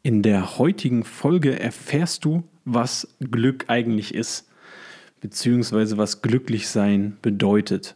In der heutigen Folge erfährst du, was Glück eigentlich ist, beziehungsweise was glücklich sein bedeutet.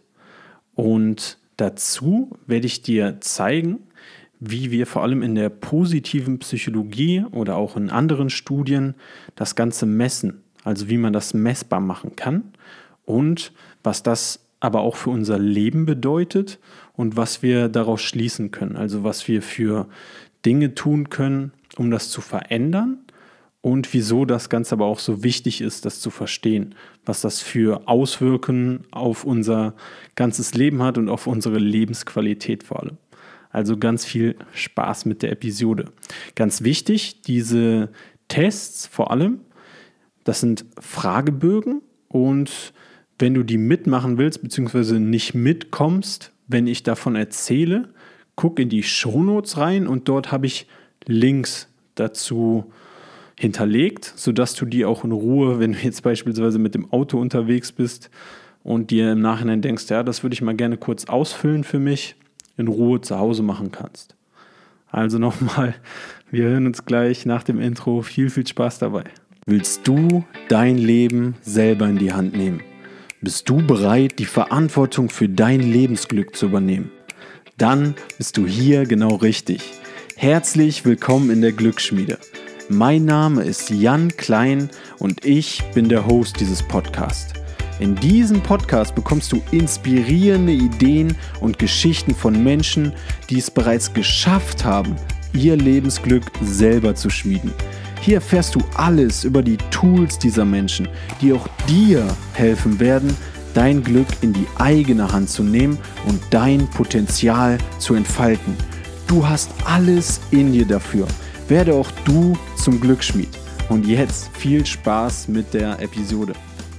Und dazu werde ich dir zeigen, wie wir vor allem in der positiven Psychologie oder auch in anderen Studien das Ganze messen, also wie man das messbar machen kann und was das aber auch für unser Leben bedeutet und was wir daraus schließen können, also was wir für Dinge tun können, um das zu verändern und wieso das Ganze aber auch so wichtig ist, das zu verstehen, was das für Auswirkungen auf unser ganzes Leben hat und auf unsere Lebensqualität vor allem. Also ganz viel Spaß mit der Episode. Ganz wichtig, diese Tests vor allem, das sind Fragebögen und wenn du die mitmachen willst, beziehungsweise nicht mitkommst, wenn ich davon erzähle, guck in die Shownotes rein und dort habe ich Links dazu hinterlegt, sodass du die auch in Ruhe, wenn du jetzt beispielsweise mit dem Auto unterwegs bist und dir im Nachhinein denkst, ja, das würde ich mal gerne kurz ausfüllen für mich, in Ruhe zu Hause machen kannst. Also nochmal, wir hören uns gleich nach dem Intro. Viel Spaß dabei. Willst du dein Leben selber in die Hand nehmen? Bist du bereit, die Verantwortung für dein Lebensglück zu übernehmen? Dann bist du hier genau richtig. Herzlich willkommen in der Glücksschmiede. Mein Name ist Jan Klein und ich bin der Host dieses Podcasts. In diesem Podcast bekommst du inspirierende Ideen und Geschichten von Menschen, die es bereits geschafft haben, ihr Lebensglück selber zu schmieden. Hier erfährst du alles über die Tools dieser Menschen, die auch dir helfen werden, dein Glück in die eigene Hand zu nehmen und dein Potenzial zu entfalten. Du hast alles in dir dafür. Werde auch du zum Glücksschmied. Und jetzt viel Spaß mit der Episode.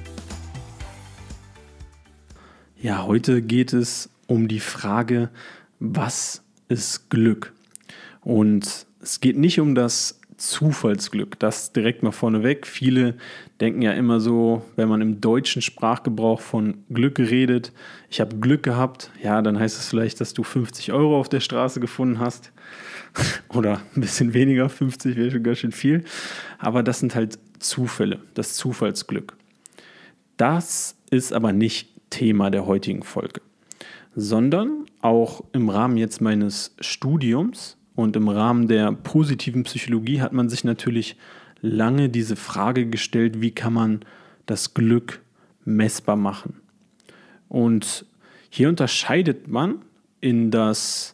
Ja, heute geht es um die Frage, was ist Glück? Und es geht nicht um das Zufallsglück, das direkt mal vorneweg. Viele denken ja immer so, wenn man im deutschen Sprachgebrauch von Glück redet, ich habe Glück gehabt, ja, dann heißt es vielleicht, dass du 50 Euro auf der Straße gefunden hast oder ein bisschen weniger, 50 wäre schon ganz schön viel, aber das sind halt Zufälle, das Zufallsglück. Das ist aber nicht Thema der heutigen Folge, sondern auch im Rahmen jetzt meines Studiums und im Rahmen der positiven Psychologie hat man sich natürlich lange diese Frage gestellt, wie kann man das Glück messbar machen? Und hier unterscheidet man in das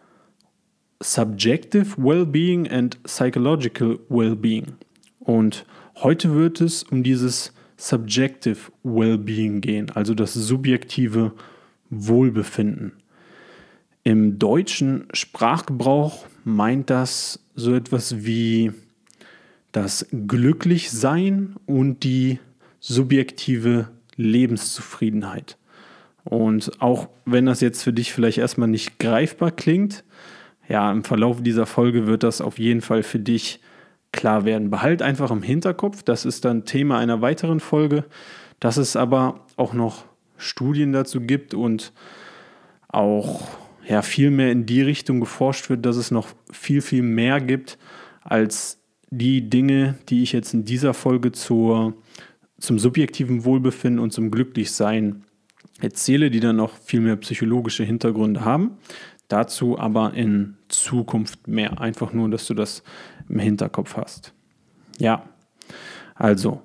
Subjective Wellbeing and Psychological Wellbeing. Und heute wird es um dieses Subjective Wellbeing gehen, also das subjektive Wohlbefinden. Im deutschen Sprachgebrauch meint das so etwas wie das Glücklichsein und die subjektive Lebenszufriedenheit. Und auch wenn das jetzt für dich vielleicht erstmal nicht greifbar klingt, ja, im Verlauf dieser Folge wird das auf jeden Fall für dich klar werden. Behalt einfach im Hinterkopf, das ist dann Thema einer weiteren Folge, dass es aber auch noch Studien dazu gibt und auch viel mehr in die Richtung geforscht wird, dass es noch viel, viel mehr gibt als die Dinge, die ich jetzt in dieser Folge zum subjektiven Wohlbefinden und zum Glücklichsein erzähle, die dann noch viel mehr psychologische Hintergründe haben. Dazu aber in Zukunft mehr. Einfach nur, dass du das im Hinterkopf hast. Ja, also,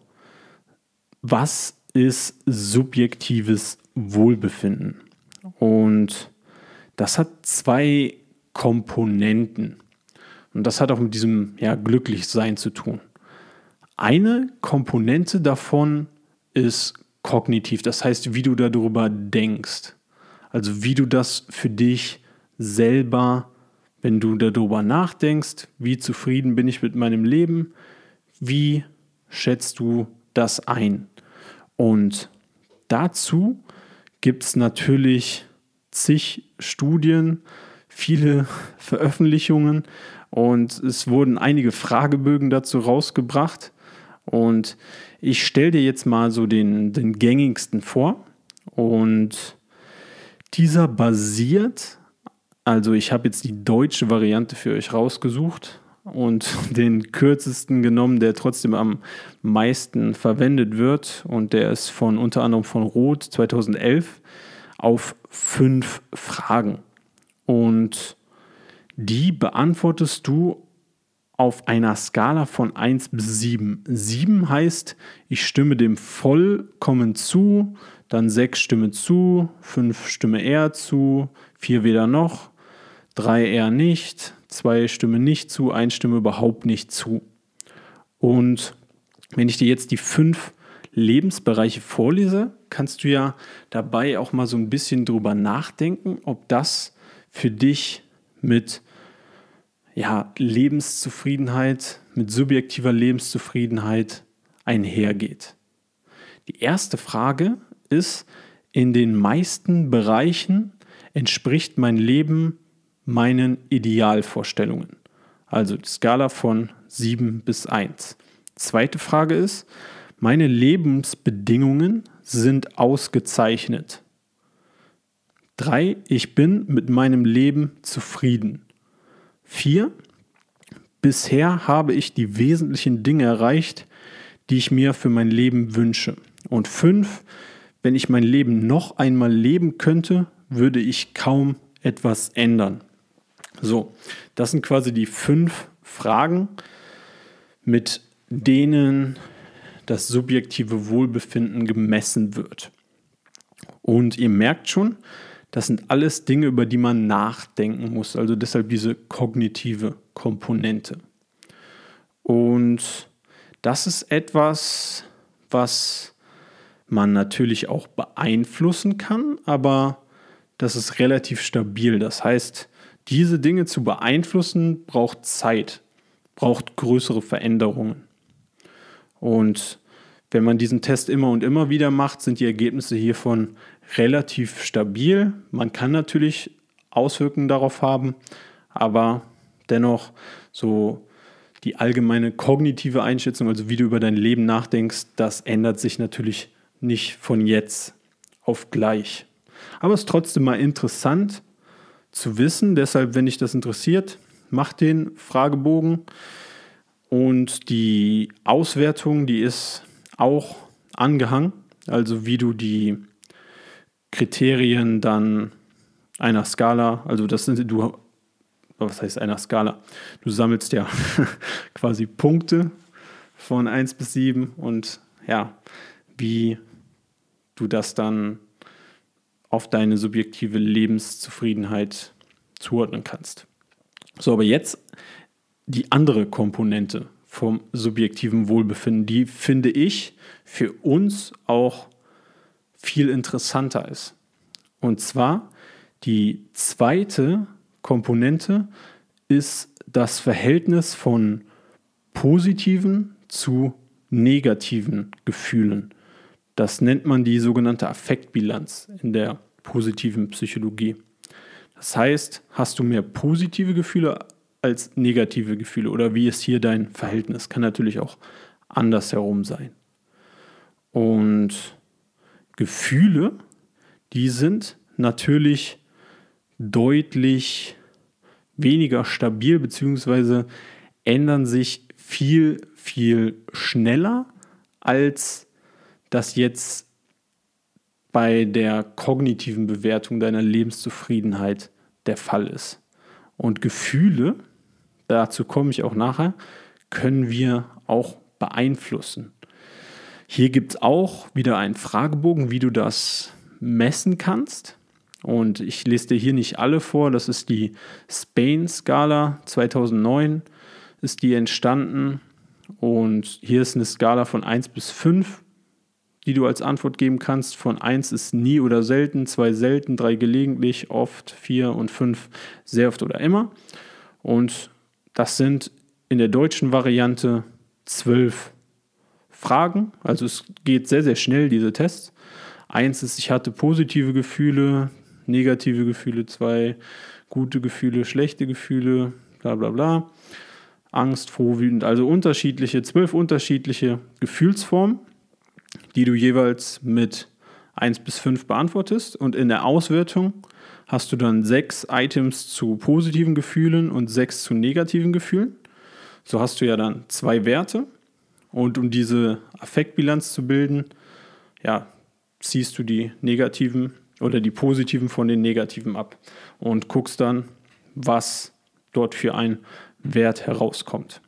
was ist subjektives Wohlbefinden? Und das hat zwei Komponenten. Und das hat auch mit diesem Glücklichsein zu tun. Eine Komponente davon ist kognitiv, das heißt, wie du darüber denkst. Also wie du das für dich selber, wenn du darüber nachdenkst, wie zufrieden bin ich mit meinem Leben, wie schätzt du das ein? Und dazu gibt es natürlich zig Studien, viele Veröffentlichungen und es wurden einige Fragebögen dazu rausgebracht. Und ich stelle dir jetzt mal so den gängigsten vor und dieser basiert, also ich habe jetzt die deutsche Variante für euch rausgesucht und den kürzesten genommen, der trotzdem am meisten verwendet wird. Und der ist unter anderem von Roth 2011 auf 5 Fragen. Und die beantwortest du auf einer Skala von 1 bis 7. 7 heißt, ich stimme dem vollkommen zu, dann 6 stimme zu, 5 stimme eher zu, 4 weder noch, 3 eher nicht, 2 stimme nicht zu, 1 stimme überhaupt nicht zu. Und wenn ich dir jetzt die 5 Lebensbereiche vorlese, kannst du ja dabei auch mal so ein bisschen drüber nachdenken, ob das für dich mit Lebenszufriedenheit, mit subjektiver Lebenszufriedenheit einhergeht. Die erste Frage ist, in den meisten Bereichen entspricht mein Leben meinen Idealvorstellungen. Also die Skala von 7 bis 1. Zweite Frage ist, meine Lebensbedingungen sind ausgezeichnet. 3, ich bin mit meinem Leben zufrieden. 4, bisher habe ich die wesentlichen Dinge erreicht, die ich mir für mein Leben wünsche. Und 5, wenn ich mein Leben noch einmal leben könnte, würde ich kaum etwas ändern. So, das sind quasi die 5 Fragen, mit denen das subjektive Wohlbefinden gemessen wird. Und ihr merkt schon, das sind alles Dinge, über die man nachdenken muss. Also deshalb diese kognitive Komponente. Und das ist etwas, was man natürlich auch beeinflussen kann, aber das ist relativ stabil. Das heißt, diese Dinge zu beeinflussen, braucht Zeit, braucht größere Veränderungen. Und wenn man diesen Test immer und immer wieder macht, sind die Ergebnisse hiervon relativ stabil. Man kann natürlich Auswirkungen darauf haben, aber dennoch so die allgemeine kognitive Einschätzung, also wie du über dein Leben nachdenkst, das ändert sich natürlich nicht von jetzt auf gleich. Aber es ist trotzdem mal interessant zu wissen. Deshalb, wenn dich das interessiert, mach den Fragebogen. Und die Auswertung, die ist auch angehangen. Also wie du die Kriterien dann einer Skala, also das sind was heißt einer Skala? Du sammelst ja quasi Punkte von 1 bis 7 und ja, wie du das dann auf deine subjektive Lebenszufriedenheit zuordnen kannst. So, aber jetzt die andere Komponente vom subjektiven Wohlbefinden, die finde ich für uns auch viel interessanter ist. Und zwar die zweite Komponente ist das Verhältnis von positiven zu negativen Gefühlen. Das nennt man die sogenannte Affektbilanz in der positiven Psychologie. Das heißt, hast du mehr positive Gefühle als negative Gefühle oder wie ist hier dein Verhältnis? Kann natürlich auch andersherum sein. Und Gefühle, die sind natürlich deutlich weniger stabil bzw. ändern sich viel, viel schneller, als das jetzt bei der kognitiven Bewertung deiner Lebenszufriedenheit der Fall ist. Und Gefühle, dazu komme ich auch nachher, können wir auch beeinflussen. Hier gibt es auch wieder einen Fragebogen, wie du das messen kannst. Und ich lese dir hier nicht alle vor. Das ist die Spain-Skala 2009 ist die entstanden. Und hier ist eine Skala von 1 bis 5, die du als Antwort geben kannst. Von 1 ist nie oder selten, 2 selten, 3 gelegentlich, oft, 4 und 5 sehr oft oder immer. Und das sind in der deutschen Variante 12 Fragen. Also es geht sehr, sehr schnell, diese Tests. 1 ist, ich hatte positive Gefühle, negative Gefühle, 2 gute Gefühle, schlechte Gefühle, bla bla bla. Angst, froh, wütend, also 12 unterschiedliche Gefühlsformen, die du jeweils mit 1 bis 5 beantwortest. Und in der Auswertung hast du dann 6 Items zu positiven Gefühlen und 6 zu negativen Gefühlen. so hast du ja dann 2 Werte und um diese Affektbilanz zu bilden, ja, ziehst du die negativen oder die positiven von den negativen ab und guckst dann, was dort für ein Wert herauskommt.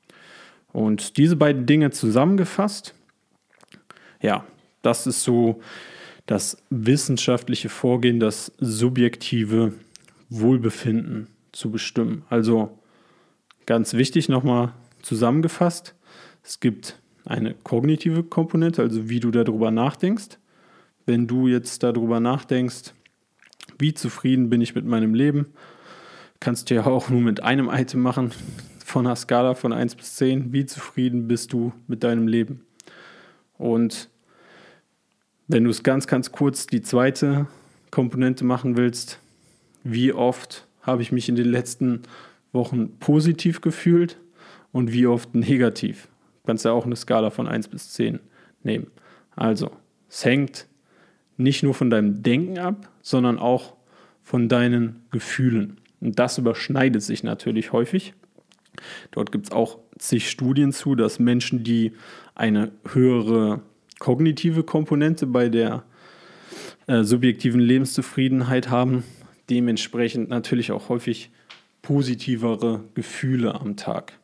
Und diese beiden Dinge zusammengefasst, ja, das ist so das wissenschaftliche Vorgehen, das subjektive Wohlbefinden zu bestimmen. Also ganz wichtig nochmal zusammengefasst, es gibt eine kognitive Komponente, also wie du darüber nachdenkst. Wenn du jetzt darüber nachdenkst, wie zufrieden bin ich mit meinem Leben, kannst du ja auch nur mit einem Item machen, von einer Skala von 1 bis 10, wie zufrieden bist du mit deinem Leben. Und wenn du es ganz, ganz kurz die zweite Komponente machen willst, wie oft habe ich mich in den letzten Wochen positiv gefühlt und wie oft negativ. Du kannst ja auch eine Skala von 1 bis 10 nehmen. Also, es hängt nicht nur von deinem Denken ab, sondern auch von deinen Gefühlen. Und das überschneidet sich natürlich häufig. Dort gibt es auch zig Studien zu, dass Menschen, die eine höhere kognitive Komponente bei der subjektiven Lebenszufriedenheit haben, dementsprechend natürlich auch häufig positivere Gefühle am Tag.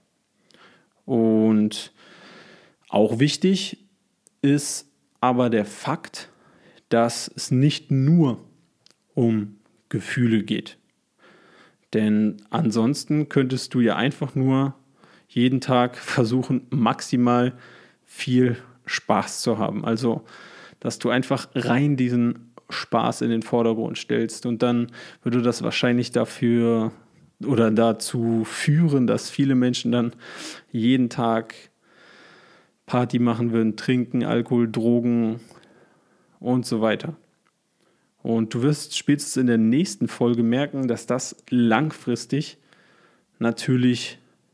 Und auch wichtig ist aber der Fakt, dass es nicht nur um Gefühle geht. Denn ansonsten könntest du ja einfach nur jeden Tag versuchen, maximal viel Spaß zu haben. Also, dass du einfach rein diesen Spaß in den Vordergrund stellst. Und dann würde das wahrscheinlich dafür oder dazu führen, dass viele Menschen dann jeden Tag Party machen würden, trinken, Alkohol, Drogen und so weiter. Und du wirst spätestens in der nächsten Folge merken, dass das langfristig natürlich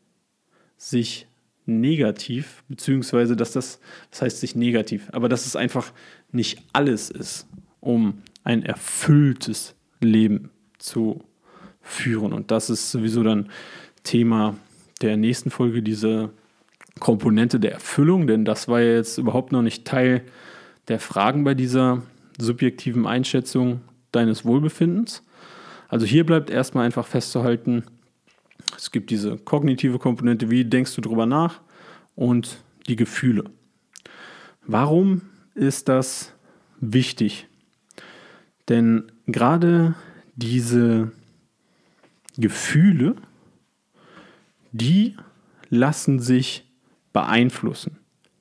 sich negativ, beziehungsweise dass das heißt sich negativ, aber dass es einfach nicht alles ist, um ein erfülltes Leben zu führen. Und das ist sowieso dann Thema der nächsten Folge, diese Komponente der Erfüllung, denn das war ja jetzt überhaupt noch nicht Teil der Fragen bei dieser subjektiven Einschätzung deines Wohlbefindens. Also hier bleibt erstmal einfach festzuhalten, es gibt diese kognitive Komponente, wie denkst du drüber nach, und die Gefühle. Warum ist das wichtig? Denn gerade diese Gefühle, die lassen sich beeinflussen.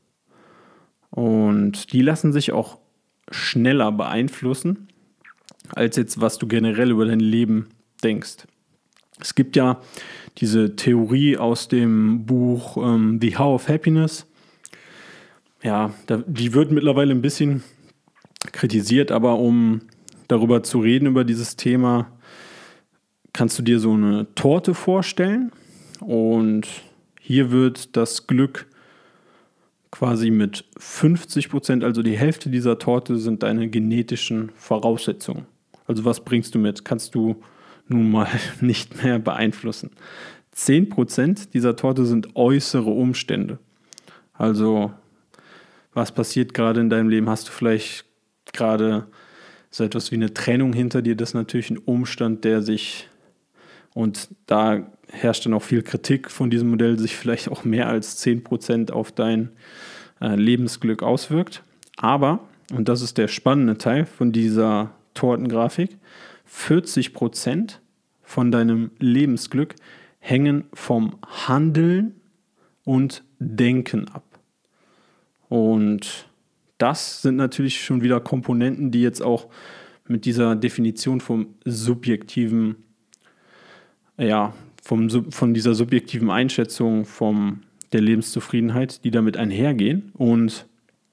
Und die lassen sich auch schneller beeinflussen, als jetzt, was du generell über dein Leben denkst. Es gibt ja diese Theorie aus dem Buch The How of Happiness. Ja, die wird mittlerweile ein bisschen kritisiert, aber um darüber zu reden, über dieses Thema, kannst du dir so eine Torte vorstellen. Und hier wird das Glück quasi mit 50%, also die Hälfte dieser Torte sind deine genetischen Voraussetzungen. Also was bringst du mit? Kannst du nun mal nicht mehr beeinflussen. 10% dieser Torte sind äußere Umstände. Also was passiert gerade in deinem Leben? Hast du vielleicht gerade so etwas wie eine Trennung hinter dir? Das ist natürlich ein Umstand, der sich, und da herrscht dann auch viel Kritik von diesem Modell, sich vielleicht auch mehr als 10% auf dein Lebensglück auswirkt. Aber, und das ist der spannende Teil von dieser Tortengrafik, 40% von deinem Lebensglück hängen vom Handeln und Denken ab. Und das sind natürlich schon wieder Komponenten, die jetzt auch mit dieser Definition vom subjektiven, von dieser subjektiven Einschätzung der Lebenszufriedenheit, die damit einhergehen. Und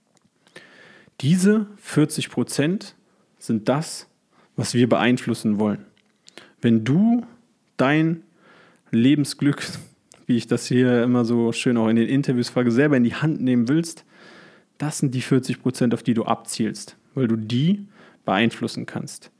diese 40% sind das, was wir beeinflussen wollen. Wenn du dein Lebensglück, wie ich das hier immer so schön auch in den Interviews frage, selber in die Hand nehmen willst, das sind die 40%, auf die du abzielst, weil du die beeinflussen kannst.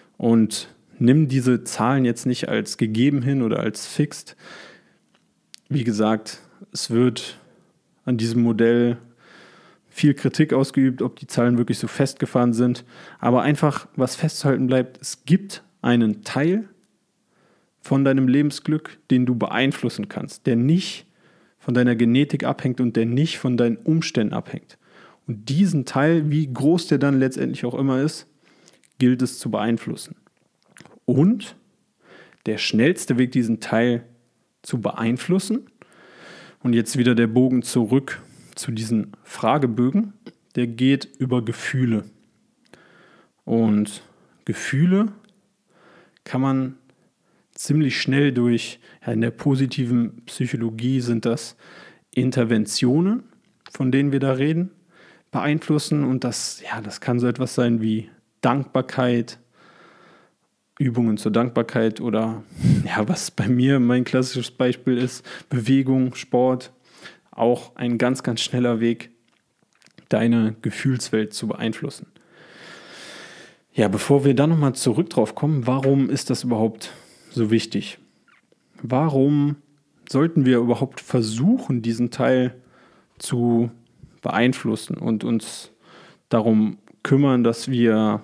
Und nimm diese Zahlen jetzt nicht als gegeben hin oder als fixed. wie gesagt, es wird an diesem Modell viel Kritik ausgeübt, ob die Zahlen wirklich so festgefahren sind. Aber einfach, was festzuhalten bleibt, es gibt einen Teil von deinem Lebensglück, den du beeinflussen kannst, der nicht von deiner Genetik abhängt und der nicht von deinen Umständen abhängt. Und diesen Teil, wie groß der dann letztendlich auch immer ist, gilt es zu beeinflussen. Und der schnellste Weg, diesen Teil zu beeinflussen, und jetzt wieder der Bogen zurück zu diesen Fragebögen, der geht über Gefühle. Und Gefühle kann man ziemlich schnell durch, in der positiven Psychologie sind das Interventionen, von denen wir da reden, beeinflussen. Und das kann so etwas sein wie Dankbarkeit, Übungen zur Dankbarkeit oder was bei mir mein klassisches Beispiel ist, Bewegung, Sport, auch ein ganz, ganz schneller Weg, deine Gefühlswelt zu beeinflussen. Ja, bevor wir da nochmal zurück drauf kommen, warum ist das überhaupt so wichtig? Warum sollten wir überhaupt versuchen, diesen Teil zu beeinflussen und uns darum kümmern, dass wir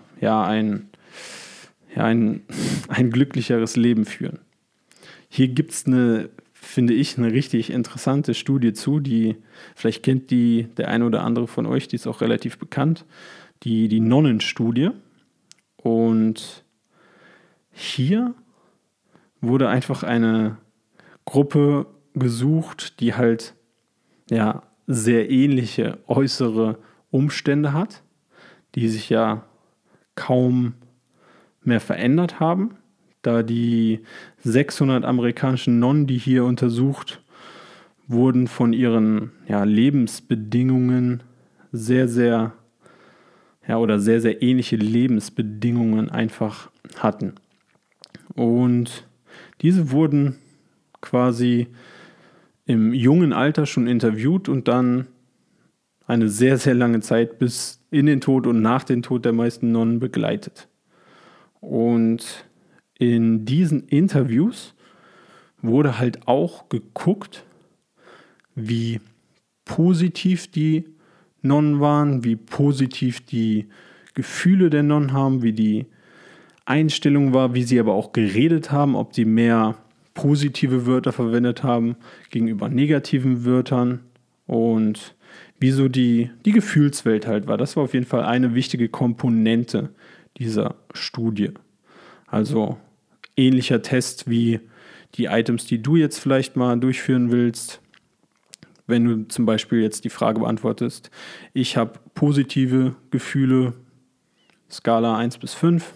ein glücklicheres Leben führen? Hier gibt es finde ich, eine richtig interessante Studie zu, die, vielleicht kennt der eine oder andere von euch, die ist auch relativ bekannt, die Nonnenstudie. Und hier wurde einfach eine Gruppe gesucht, die halt sehr ähnliche äußere Umstände hat, die sich ja kaum mehr verändert haben, da die 600 amerikanischen Nonnen, die hier untersucht wurden, von ihren Lebensbedingungen sehr, sehr ähnliche Lebensbedingungen einfach hatten. Und diese wurden quasi im jungen Alter schon interviewt und dann eine sehr, sehr lange Zeit bis in den Tod und nach dem Tod der meisten Nonnen begleitet. Und in diesen Interviews wurde halt auch geguckt, wie positiv die Nonnen waren, wie positiv die Gefühle der Nonnen haben, wie die Einstellung war, wie sie aber auch geredet haben, ob sie mehr positive Wörter verwendet haben gegenüber negativen Wörtern und wie so die Gefühlswelt halt war. Das war auf jeden Fall eine wichtige Komponente dieser Studie. Also ähnlicher Test wie die Items, die du jetzt vielleicht mal durchführen willst. Wenn du zum Beispiel jetzt die Frage beantwortest, ich habe positive Gefühle, Skala 1 bis 5.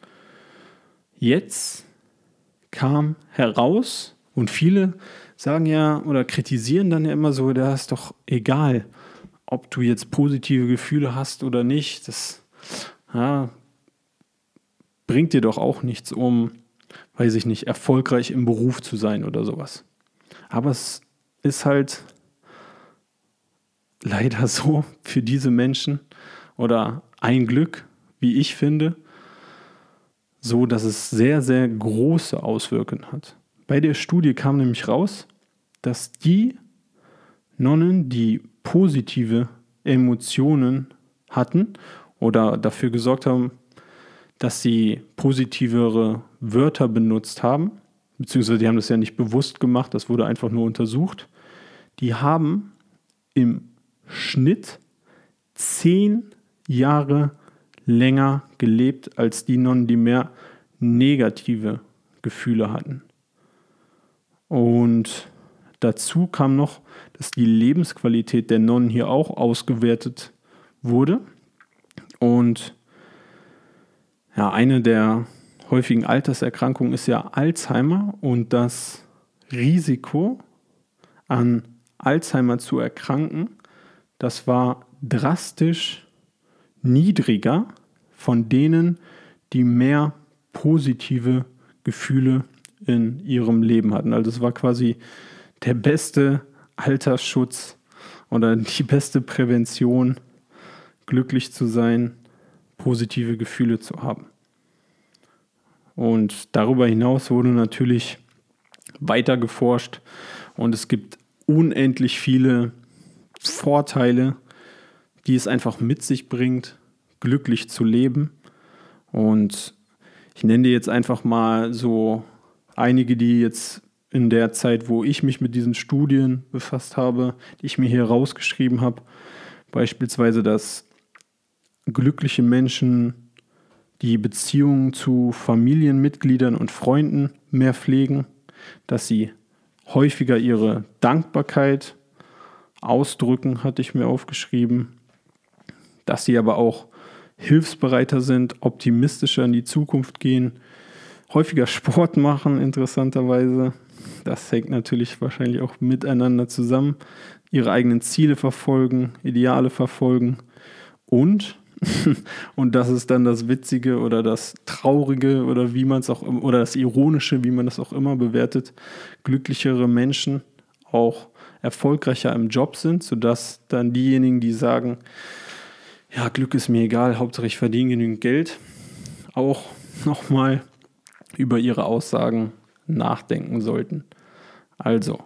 Jetzt kam heraus, und viele sagen ja oder kritisieren dann ja immer so, da ist doch egal, ob du jetzt positive Gefühle hast oder nicht. Das bringt dir doch auch nichts, um, weiß ich nicht, erfolgreich im Beruf zu sein oder sowas. Aber es ist halt leider so für diese Menschen oder ein Glück, wie ich finde, so, dass es sehr, sehr große Auswirkungen hat. Bei der Studie kam nämlich raus, dass die Nonnen, die positive Emotionen hatten oder dafür gesorgt haben, dass sie positivere Wörter benutzt haben, beziehungsweise die haben das ja nicht bewusst gemacht, das wurde einfach nur untersucht, die haben im Schnitt 10 Jahre länger gelebt als die Nonnen, die mehr negative Gefühle hatten. Und dazu kam noch, dass die Lebensqualität der Nonnen hier auch ausgewertet wurde. Und eine der häufigen Alterserkrankungen ist ja Alzheimer, und das Risiko, an Alzheimer zu erkranken, das war drastisch niedriger von denen, die mehr positive Gefühle in ihrem Leben hatten. Also es war quasi der beste Altersschutz oder die beste Prävention, glücklich zu sein, positive Gefühle zu haben. Und darüber hinaus wurde natürlich weiter geforscht Und es gibt unendlich viele Vorteile, die es einfach mit sich bringt, glücklich zu leben. Und ich nenne dir jetzt einfach mal so einige, die jetzt in der Zeit, wo ich mich mit diesen Studien befasst habe, die ich mir hier rausgeschrieben habe, beispielsweise, dass glückliche Menschen die Beziehungen zu Familienmitgliedern und Freunden mehr pflegen, dass sie häufiger ihre Dankbarkeit ausdrücken, hatte ich mir aufgeschrieben, dass sie aber auch hilfsbereiter sind, optimistischer in die Zukunft gehen, häufiger Sport machen, interessanterweise. Das hängt natürlich wahrscheinlich auch miteinander zusammen. Ihre eigenen Ziele verfolgen, Ideale verfolgen und das ist dann das Witzige oder das Traurige oder wie man es auch oder das Ironische, wie man das auch immer bewertet, glücklichere Menschen auch erfolgreicher im Job sind, sodass dann diejenigen, die sagen, ja, Glück ist mir egal, Hauptsache ich verdiene genügend Geld, auch nochmal über ihre Aussagen nachdenken sollten. Also,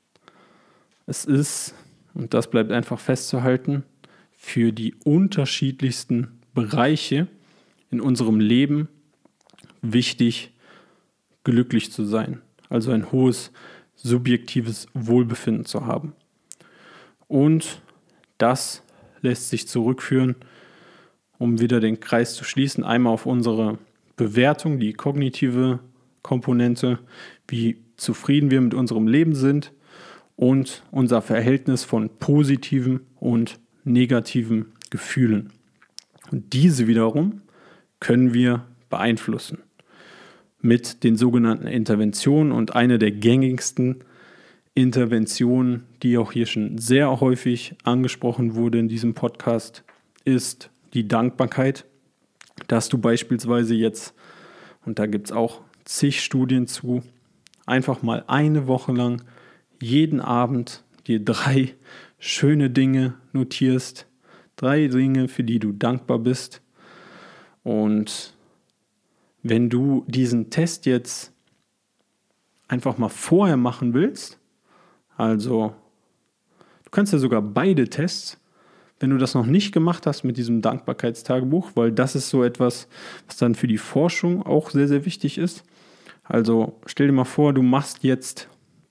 es ist, und das bleibt einfach festzuhalten, für die unterschiedlichsten Bereiche in unserem Leben wichtig, glücklich zu sein. Also ein hohes subjektives Wohlbefinden zu haben. Und das lässt sich zurückführen, um wieder den Kreis zu schließen, einmal auf unsere Bewertung, die kognitive Komponente, wie zufrieden wir mit unserem Leben sind und unser Verhältnis von positiven und negativen Gefühlen. Und diese wiederum können wir beeinflussen mit den sogenannten Interventionen. Und eine der gängigsten Interventionen, die auch hier schon sehr häufig angesprochen wurde in diesem Podcast, ist die Dankbarkeit, dass du beispielsweise jetzt, und da gibt es auch zig Studien zu, einfach mal eine Woche lang jeden Abend dir 3 schöne Dinge notierst, 3 Dinge, für die du dankbar bist. Und wenn du diesen Test jetzt einfach mal vorher machen willst, also du kannst ja sogar beide Tests, wenn du das noch nicht gemacht hast mit diesem Dankbarkeitstagebuch, weil das ist so etwas, was dann für die Forschung auch sehr, sehr wichtig ist. Also stell dir mal vor, du machst jetzt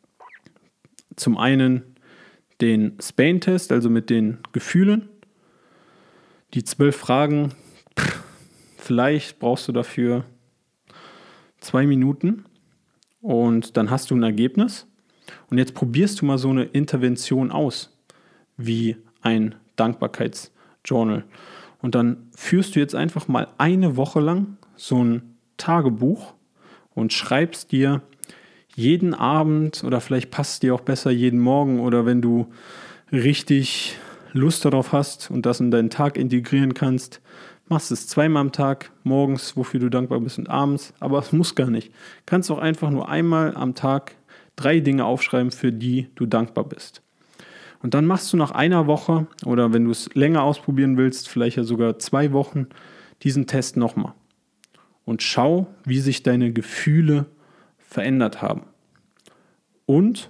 zum einen den Spain-Test, also mit den Gefühlen, die 12 Fragen, vielleicht brauchst du dafür 2 Minuten und dann hast du ein Ergebnis. Und jetzt probierst du mal so eine Intervention aus, wie ein Dankbarkeitsjournal. Und dann führst du jetzt einfach mal eine Woche lang so ein Tagebuch und schreibst dir jeden Abend oder vielleicht passt es dir auch besser jeden Morgen oder wenn du richtig Lust darauf hast und das in deinen Tag integrieren kannst, machst es 2-mal am Tag, morgens, wofür du dankbar bist und abends, aber es muss gar nicht. Kannst auch einfach nur einmal am Tag 3 Dinge aufschreiben, für die du dankbar bist. Und dann machst du nach einer Woche oder wenn du es länger ausprobieren willst, vielleicht ja sogar 2 Wochen, diesen Test nochmal. Und schau, wie sich deine Gefühle verändert haben. Und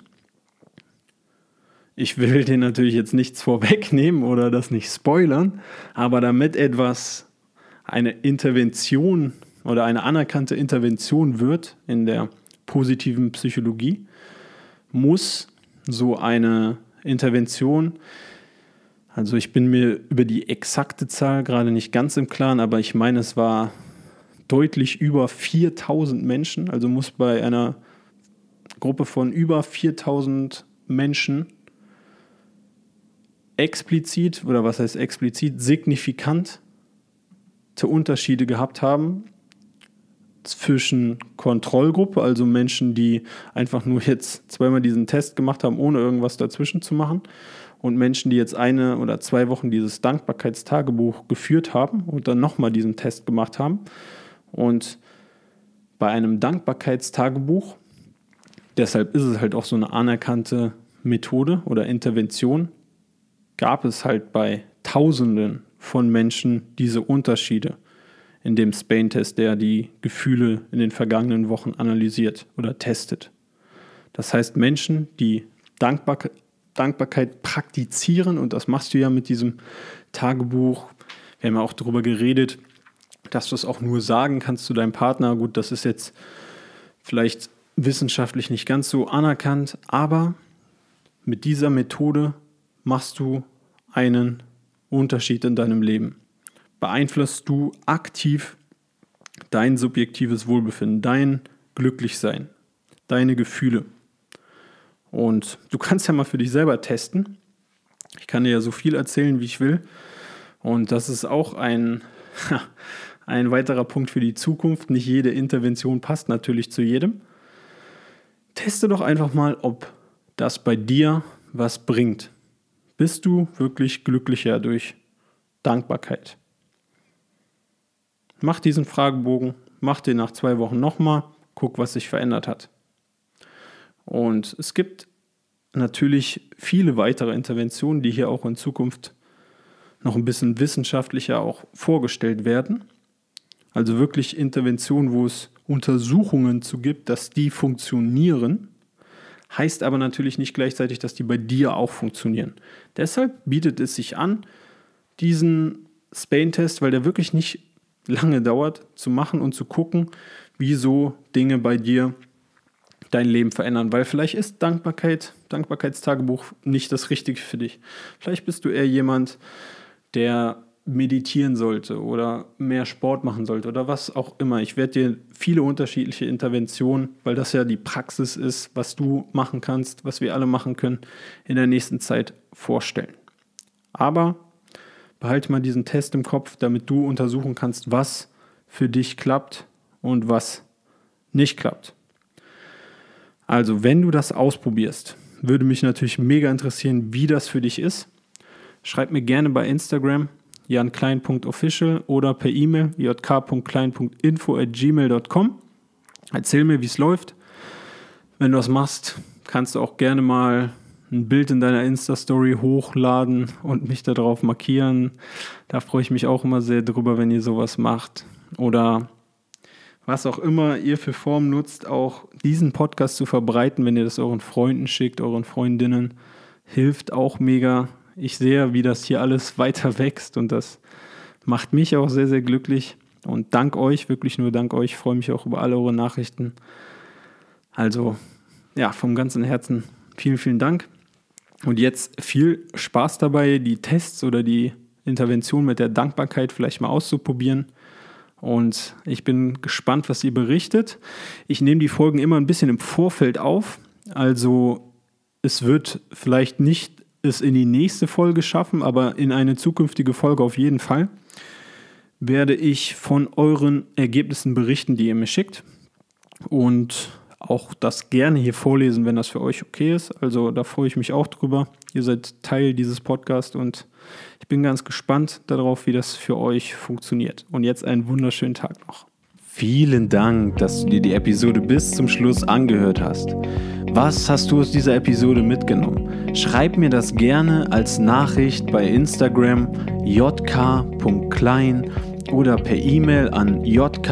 ich will dir natürlich jetzt nichts vorwegnehmen oder das nicht spoilern, aber damit etwas eine Intervention oder eine anerkannte Intervention wird in der positiven Psychologie, muss so eine Intervention, also ich bin mir über die exakte Zahl gerade nicht ganz im Klaren, aber ich meine, es war deutlich über 4.000 Menschen, also muss bei einer Gruppe von über 4.000 Menschen explizit, oder was heißt explizit, signifikante Unterschiede gehabt haben zwischen Kontrollgruppe, also Menschen, die einfach nur jetzt 2-mal diesen Test gemacht haben, ohne irgendwas dazwischen zu machen, und Menschen, die jetzt 1 oder 2 Wochen dieses Dankbarkeitstagebuch geführt haben und dann nochmal diesen Test gemacht haben. Und bei einem Dankbarkeitstagebuch, deshalb ist es halt auch so eine anerkannte Methode oder Intervention, gab es halt bei Tausenden von Menschen diese Unterschiede in dem Spain-Test, der die Gefühle in den vergangenen Wochen analysiert oder testet. Das heißt, Menschen, die Dankbarkeit praktizieren und das machst du ja mit diesem Tagebuch. Wir haben ja auch darüber geredet, dass du es auch nur sagen kannst zu deinem Partner. Gut, das ist jetzt vielleicht wissenschaftlich nicht ganz so anerkannt, aber mit dieser Methode machst du einen Unterschied in deinem Leben. Beeinflusst du aktiv dein subjektives Wohlbefinden, dein Glücklichsein, deine Gefühle. Und du kannst ja mal für dich selber testen. Ich kann dir ja so viel erzählen, wie ich will. Und das ist auch ein weiterer Punkt für die Zukunft. Nicht jede Intervention passt natürlich zu jedem. Teste doch einfach mal, ob das bei dir was bringt. Bist du wirklich glücklicher durch Dankbarkeit? Mach diesen Fragebogen, mach den nach 2 Wochen nochmal, guck, was sich verändert hat. Und es gibt natürlich viele weitere Interventionen, die hier auch in Zukunft noch ein bisschen wissenschaftlicher auch vorgestellt werden. Also wirklich Interventionen, wo es Untersuchungen zu gibt, dass die funktionieren, heißt aber natürlich nicht gleichzeitig, dass die bei dir auch funktionieren. Deshalb bietet es sich an, diesen Spain-Test, weil der wirklich nicht lange dauert, zu machen und zu gucken, wie so Dinge bei dir dein Leben verändern. Weil vielleicht ist Dankbarkeitstagebuch nicht das Richtige für dich. Vielleicht bist du eher jemand, der meditieren sollte oder mehr Sport machen sollte oder was auch immer. Ich werde dir viele unterschiedliche Interventionen, weil das ja die Praxis ist, was du machen kannst, was wir alle machen können, in der nächsten Zeit vorstellen. Aber behalte mal diesen Test im Kopf, damit du untersuchen kannst, was für dich klappt und was nicht klappt. Also, wenn du das ausprobierst, würde mich natürlich mega interessieren, wie das für dich ist. Schreib mir gerne bei Instagram janklein.official oder per E-Mail jk.klein.info@gmail.com. Erzähl mir, wie es läuft. Wenn du das machst, kannst du auch gerne mal ein Bild in deiner Insta-Story hochladen und mich darauf markieren. Da freue ich mich auch immer sehr drüber, wenn ihr sowas macht. Oder was auch immer ihr für Form nutzt, auch diesen Podcast zu verbreiten, wenn ihr das euren Freunden schickt, euren Freundinnen, hilft auch mega. Ich sehe, wie das hier alles weiter wächst und das macht mich auch sehr, sehr glücklich. Und dank euch, wirklich nur dank euch, freue mich auch über alle eure Nachrichten. Also, ja, vom ganzen Herzen vielen, vielen Dank. Und jetzt viel Spaß dabei, die Tests oder die Intervention mit der Dankbarkeit vielleicht mal auszuprobieren. Und ich bin gespannt, was ihr berichtet. Ich nehme die Folgen immer ein bisschen im Vorfeld auf. Also es wird vielleicht nicht es in die nächste Folge schaffen, aber in eine zukünftige Folge auf jeden Fall werde ich von euren Ergebnissen berichten, die ihr mir schickt. Und auch das gerne hier vorlesen, wenn das für euch okay ist. Also da freue ich mich auch drüber. Ihr seid Teil dieses Podcasts und ich bin ganz gespannt darauf, wie das für euch funktioniert. Und jetzt einen wunderschönen Tag noch. Vielen Dank, dass du dir die Episode bis zum Schluss angehört hast. Was hast du aus dieser Episode mitgenommen? Schreib mir das gerne als Nachricht bei Instagram jk.klein oder per E-Mail an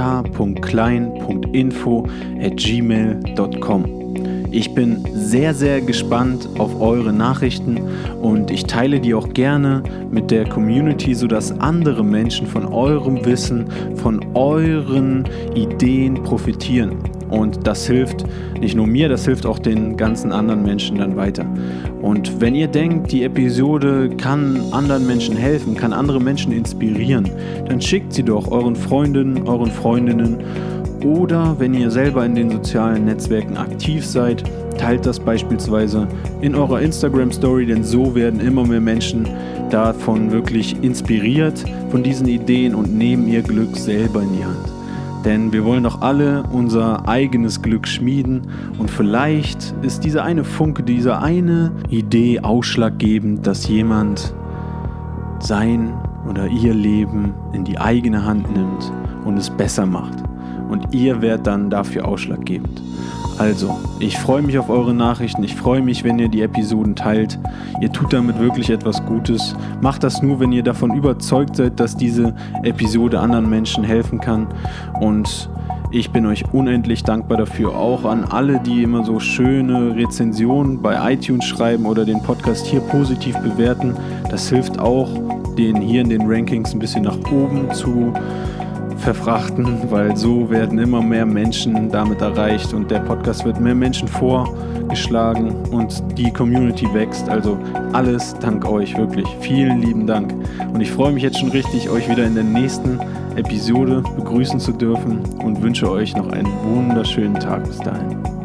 jk.klein.info@gmail.com. Ich bin sehr, sehr gespannt auf eure Nachrichten und ich teile die auch gerne mit der Community, sodass andere Menschen von eurem Wissen, von euren Ideen profitieren. Und das hilft nicht nur mir, das hilft auch den ganzen anderen Menschen dann weiter. Und wenn ihr denkt, die Episode kann anderen Menschen helfen, kann andere Menschen inspirieren, dann schickt sie doch euren Freundinnen, euren Freundinnen. Oder wenn ihr selber in den sozialen Netzwerken aktiv seid, teilt das beispielsweise in eurer Instagram-Story, denn so werden immer mehr Menschen davon wirklich inspiriert, von diesen Ideen und nehmen ihr Glück selber in die Hand. Denn wir wollen doch alle unser eigenes Glück schmieden und vielleicht ist dieser eine Funke, diese eine Idee ausschlaggebend, dass jemand sein oder ihr Leben in die eigene Hand nimmt und es besser macht. Und ihr werdet dann dafür ausschlaggebend. Also, ich freue mich auf eure Nachrichten. Ich freue mich, wenn ihr die Episoden teilt. Ihr tut damit wirklich etwas Gutes. Macht das nur, wenn ihr davon überzeugt seid, dass diese Episode anderen Menschen helfen kann. Und Ich bin euch unendlich dankbar dafür, auch an alle, die immer so schöne Rezensionen bei iTunes schreiben oder den Podcast hier positiv bewerten. Das hilft auch, den hier in den Rankings ein bisschen nach oben zu verfrachten, weil so werden immer mehr Menschen damit erreicht und der Podcast wird mehr Menschen vorgeschlagen und die Community wächst. Also alles dank euch, wirklich. Vielen lieben Dank. Und ich freue mich jetzt schon richtig, euch wieder in der nächsten Episode begrüßen zu dürfen und wünsche euch noch einen wunderschönen Tag bis dahin.